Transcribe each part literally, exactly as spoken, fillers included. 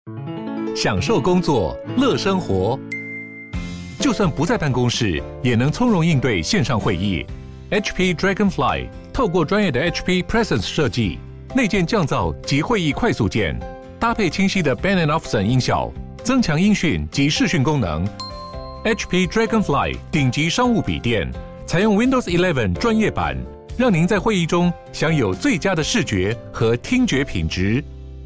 享受工作，乐生活。就算不在办公室，也能从容应对线上会议。H P Dragonfly 透过专业的 H P Presence 设计，内建降噪及会议快速键，搭配清晰的 Bang and Olufsen 音效，增强音讯及视讯功能。H P Dragonfly 顶级商务笔电，采用 Windows 十一专业版，让您在会议中享有最佳的视觉和听觉品质。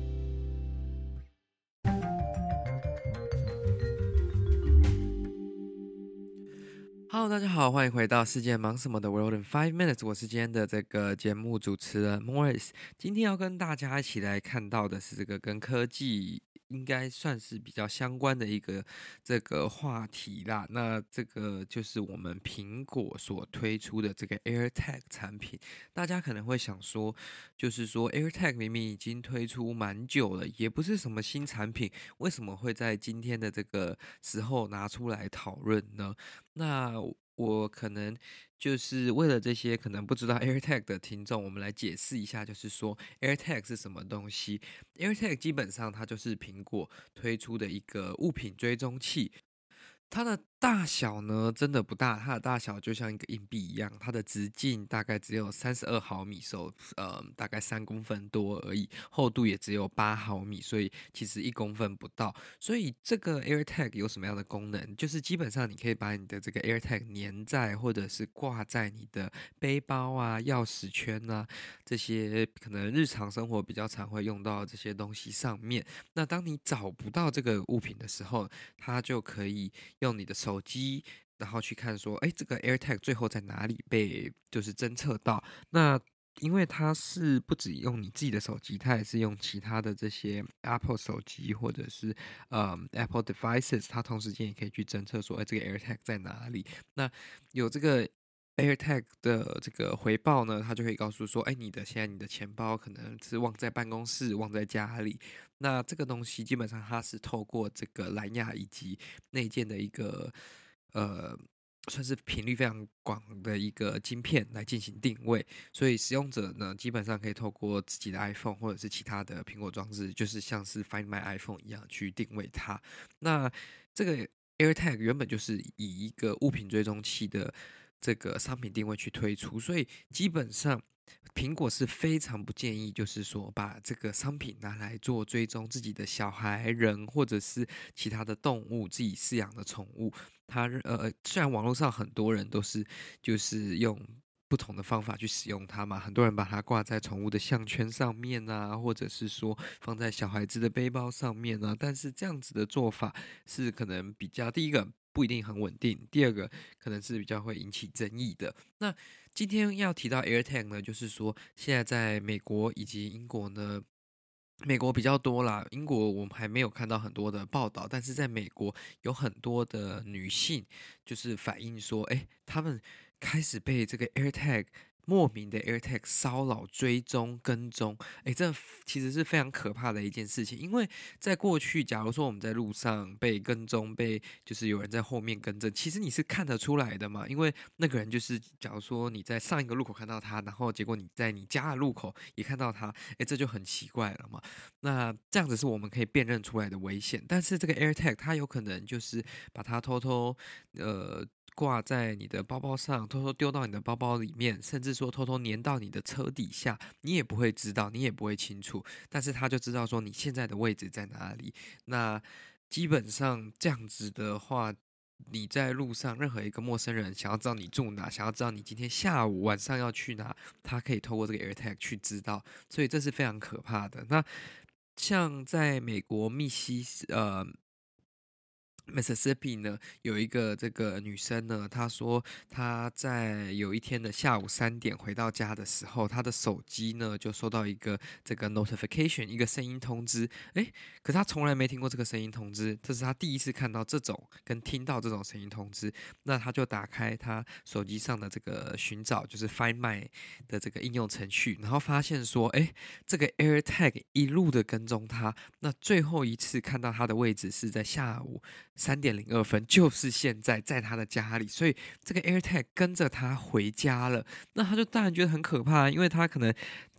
Hello， 大家好，欢迎回到世界忙什么的 World in Five Minutes， 我是今天的这个节目主持人 Morris。今天要跟大家一起来看到的是这个跟科技应该算是比较相关的一个这个话题啦。那这个就是我们苹果所推出的这个 AirTag 产品。大家可能会想说，就是说 AirTag 明明已经推出蛮久了，也不是什么新产品，为什么会在今天的这个时候拿出来讨论呢？那我可能就是为了这些可能不知道 AirTag 的听众，我们来解释一下，就是说 AirTag 是什么东西。AirTag 基本上它就是苹果推出的一个物品追踪器。它的大小呢真的不大，它的大小就像一个硬币一样，它的直径大概只有三十二毫米，手呃大概三公分多而已，厚度也只有八毫米，所以其实一公分不到。所以这个 AirTag 有什么样的功能？就是基本上你可以把你的这个 AirTag 粘在或者是挂在你的背包啊、钥匙圈啊这些可能日常生活比较常会用到的这些东西上面。那当你找不到这个物品的时候，它就可以用你的手机，然后去看说，哎，这个 AirTag 最后在哪里被就是侦测到。那因为它是不只用你自己的手机，它也是用其他的这些 Apple 手机或者是呃 Apple devices， 它同时间也可以去侦测说，哎，这个 AirTag 在哪里。那有这个 AirTag 的这个回报呢，它就会告诉说，哎，你的现在你的钱包可能是忘在办公室，忘在家里。那这个东西基本上它是透过这个蓝牙以及内建的一个呃，算是频率非常广的一个晶片来进行定位，所以使用者呢基本上可以透过自己的 iPhone 或者是其他的苹果装置，就是像是 Find My iPhone 一样去定位它。那这个 AirTag 原本就是以一个物品追踪器的这个商品定位去推出，所以基本上苹果是非常不建议，就是说把这个商品拿来做追踪自己的小孩、人或者是其他的动物，自己饲养的宠物。它呃，虽然网络上很多人都是就是用不同的方法去使用它嘛，很多人把它挂在宠物的项圈上面啊，或者是说放在小孩子的背包上面啊，但是这样子的做法是可能比较第一个不一定很稳定，第二个可能是比较会引起争议的。那今天要提到 AirTag 呢，就是说现在在美国以及英国呢，美国比较多啦，英国我们还没有看到很多的报道，但是在美国有很多的女性就是反映说，哎，她们开始被这个 AirTag 莫名的 AirTag 骚扰、追踪、跟踪，哎，这其实是非常可怕的一件事情。因为在过去，假如说我们在路上被跟踪，被就是有人在后面跟着，其实你是看得出来的嘛。因为那个人就是，假如说你在上一个路口看到他，然后结果你在你家的路口也看到他，哎，这就很奇怪了嘛。那这样子是我们可以辨认出来的危险，但是这个 AirTag 它有可能就是把它偷偷呃。挂在你的包包上，偷偷丢到你的包包里面，甚至说偷偷粘到你的车底下，你也不会知道，你也不会清楚，但是他就知道说你现在的位置在哪里。那基本上这样子的话，你在路上任何一个陌生人想要知道你住哪，想要知道你今天下午晚上要去哪，他可以透过这个 AirTag 去知道，所以这是非常可怕的。那像在美国密西呃。Mississippi 呢，有一个这个女生呢，她说她在有一天的下午三点回到家的时候，她的手机呢就收到一个这个 notification， 一个声音通知。诶，可是她从来没听过这个声音通知，这是她第一次看到这种跟听到这种声音通知。那她就打开她手机上的这个寻找，就是 Find My 的这个应用程序，然后发现说，诶，这个 AirTag 一路的跟踪她。那最后一次看到她的位置是在下午三点零二分，就是现在在他的家里，所以这个 AirTag 跟着他回家了。那他就当然觉得很可怕，因为他可能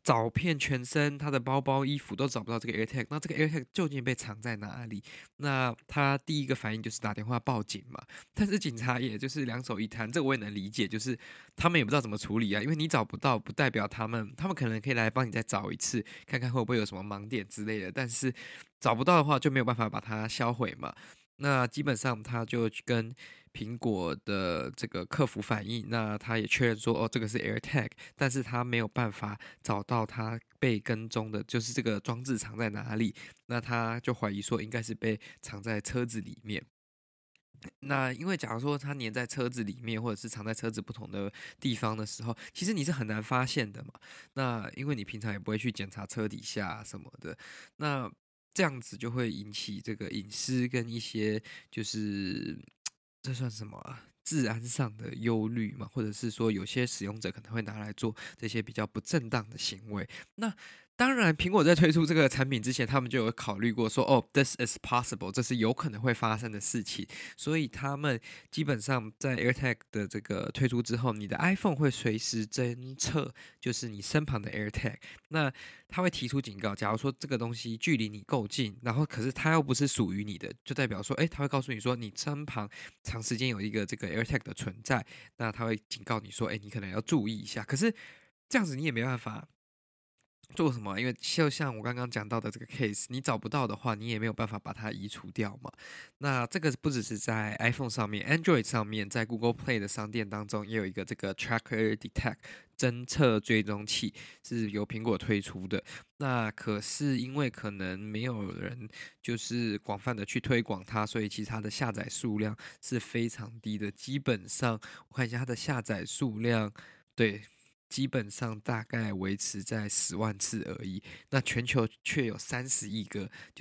找遍全身，他的包包、衣服都找不到这个 AirTag，那这个 AirTag 究竟被藏在哪里？那他第一个反应就是打电话报警嘛。但是警察也就是两手一摊，这个我也能理解，就是他们也不知道怎么处理啊，因为你找不到，不代表他们，他们可能可以来帮你再找一次，看看会不会有什么盲点之类的。但是找不到的话，就没有办法把它销毁嘛。那基本上他就跟苹果的这个客服反映，那他也确认说，哦，这个是 AirTag，但是他没有办法找到他被跟踪的，就是这个装置藏在哪里。那他就怀疑说，应该是被藏在车子里面。那因为假如说它粘在车子里面，或者是藏在车子不同的地方的时候，其实你是很难发现的嘛。那因为你平常也不会去检查车底下什么的，那这样子就会引起这个隐私跟一些就是这算什么啊？治安上的忧虑嘛，或者是说有些使用者可能会拿来做这些比较不正当的行为。那当然，苹果在推出这个产品之前，他们就有考虑过说，哦，this is possible，这是有可能会发生的事情。所以他们基本上在 AirTag 的这个推出之后，你的 iPhone 会随时侦测，就是你身旁的 AirTag。那它会提出警告，假如说这个东西距离你够近，然后可是它又不是属于你的，就代表说，哎，它会告诉你说，你身旁长时间有一个这个 AirTag 的存在，那它会警告你说，哎，你可能要注意一下。可是这样子你也没办法做什么？因为就像我刚刚讲到的这个 case，你找不到的话，你也没有办法把它移除掉嘛。那这个不只是在 iPhone 上面 ，Android 上面，在 Google Play 的商店当中也有一个这个 Tracker Detect 侦测追踪器，是由苹果推出的。那可是因为可能没有人就是广泛的去推广它，所以其实它的下载数量是非常低的。基本上我看一下它的下载数量，对。基本上大概维持在十万次而已，那全球却有三十亿个就是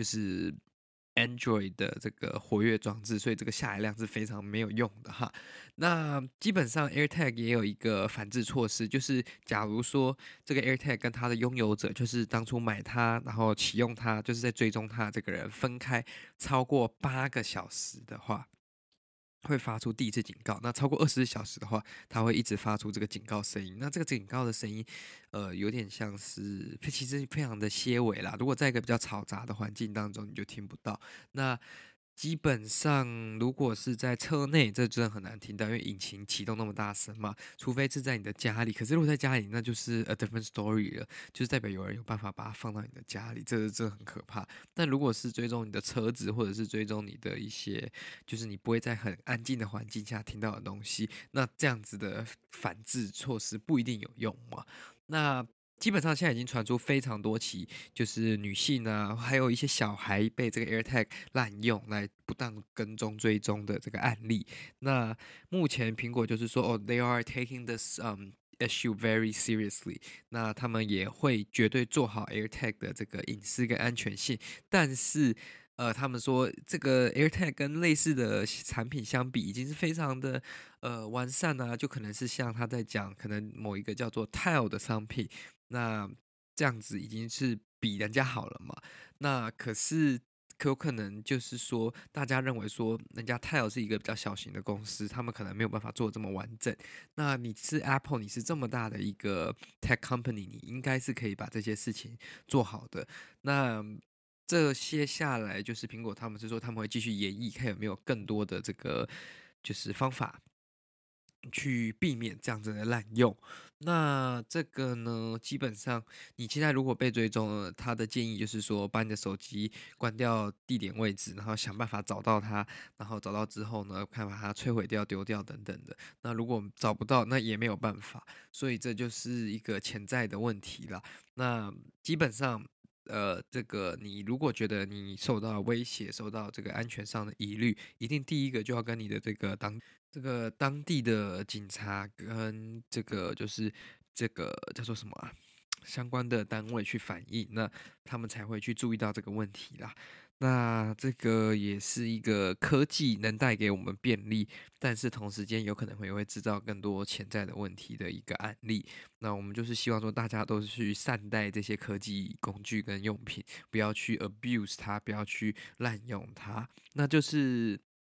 Android 的这个活跃装置，所以这个下载量是非常没有用的哈。那基本上 AirTag 也有一个反制措施，就是假如说这个 AirTag 跟它的拥有者，就是当初买它然后启用它，就是在追踪它的这个人分开超过八个小时的话，会发出第一次警告，那超过二十四小时的话，它会一直发出这个警告声音。那这个警告的声音，呃，有点像是其实非常的些微啦。如果在一个比较嘈杂的环境当中，你就听不到。那基本上，如果是在车内，这真的很难听到，因为引擎启动那么大声嘛。除非是在你的家里，可是如果在家里，那就是 a different story 了，就是代表有人有办法把它放到你的家里，这这很可怕。但如果是追踪你的车子，或者是追踪你的一些，就是你不会在很安静的环境下听到的东西，那这样子的反制措施不一定有用嘛。那基本上现在已经传出非常多起，就是女性啊，还有一些小孩被这个 AirTag 滥用来不当跟踪追踪的这个案例。那目前苹果就是说，哦，they are taking this um issue very seriously。那他们也会绝对做好 AirTag 的这个隐私跟安全性，但是。呃，他们说这个 AirTag 跟类似的产品相比，已经是非常的呃完善啊，就可能是像他在讲，可能某一个叫做 Tile 的商品，那这样子已经是比人家好了嘛。那可是可有可能就是说，大家认为说，人家 Tile 是一个比较小型的公司，他们可能没有办法做这么完整。那你是 Apple，你是这么大的一个 tech company，你应该是可以把这些事情做好的。那这些下来，就是苹果他们是说他们会继续研议，看有没有更多的这个就是方法去避免这样子的滥用。那这个呢，基本上你现在如果被追踪了，他的建议就是说，把你的手机关掉地点位置，然后想办法找到它，然后找到之后呢，看把它摧毁掉、丢掉等等的。那如果找不到，那也没有办法，所以这就是一个潜在的问题啦。那基本上。呃，这个你如果觉得你受到威胁、受到这个安全上的疑虑，一定第一个就要跟你的这个当这个当地的警察跟这个就是这个叫做什么啊，相关的单位去反映，那他们才会去注意到这个问题啦。那这个也是一个科技能带给我们便利，但是同时间有可能会会制造更多潜在的问题的一个案例。那我们就是希望说，大家都是去善待这些科技工具跟用品，不要去 abuse 它，不要去滥用它。那就是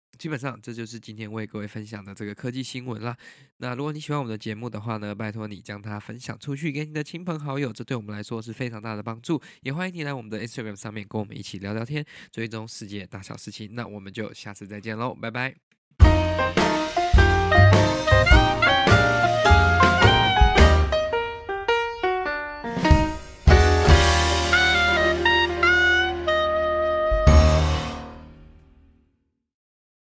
基本上这就是今天为各位分享的这个科技新闻啦。那如果你喜欢我们的节目的话呢，拜托你将它分享出去给你的亲朋好友，这对我们来说是非常大的帮助。也欢迎你来我们的 Instagram 上面跟我们一起聊聊天，追踪世界大小事情。那我们就下次再见喽，拜拜。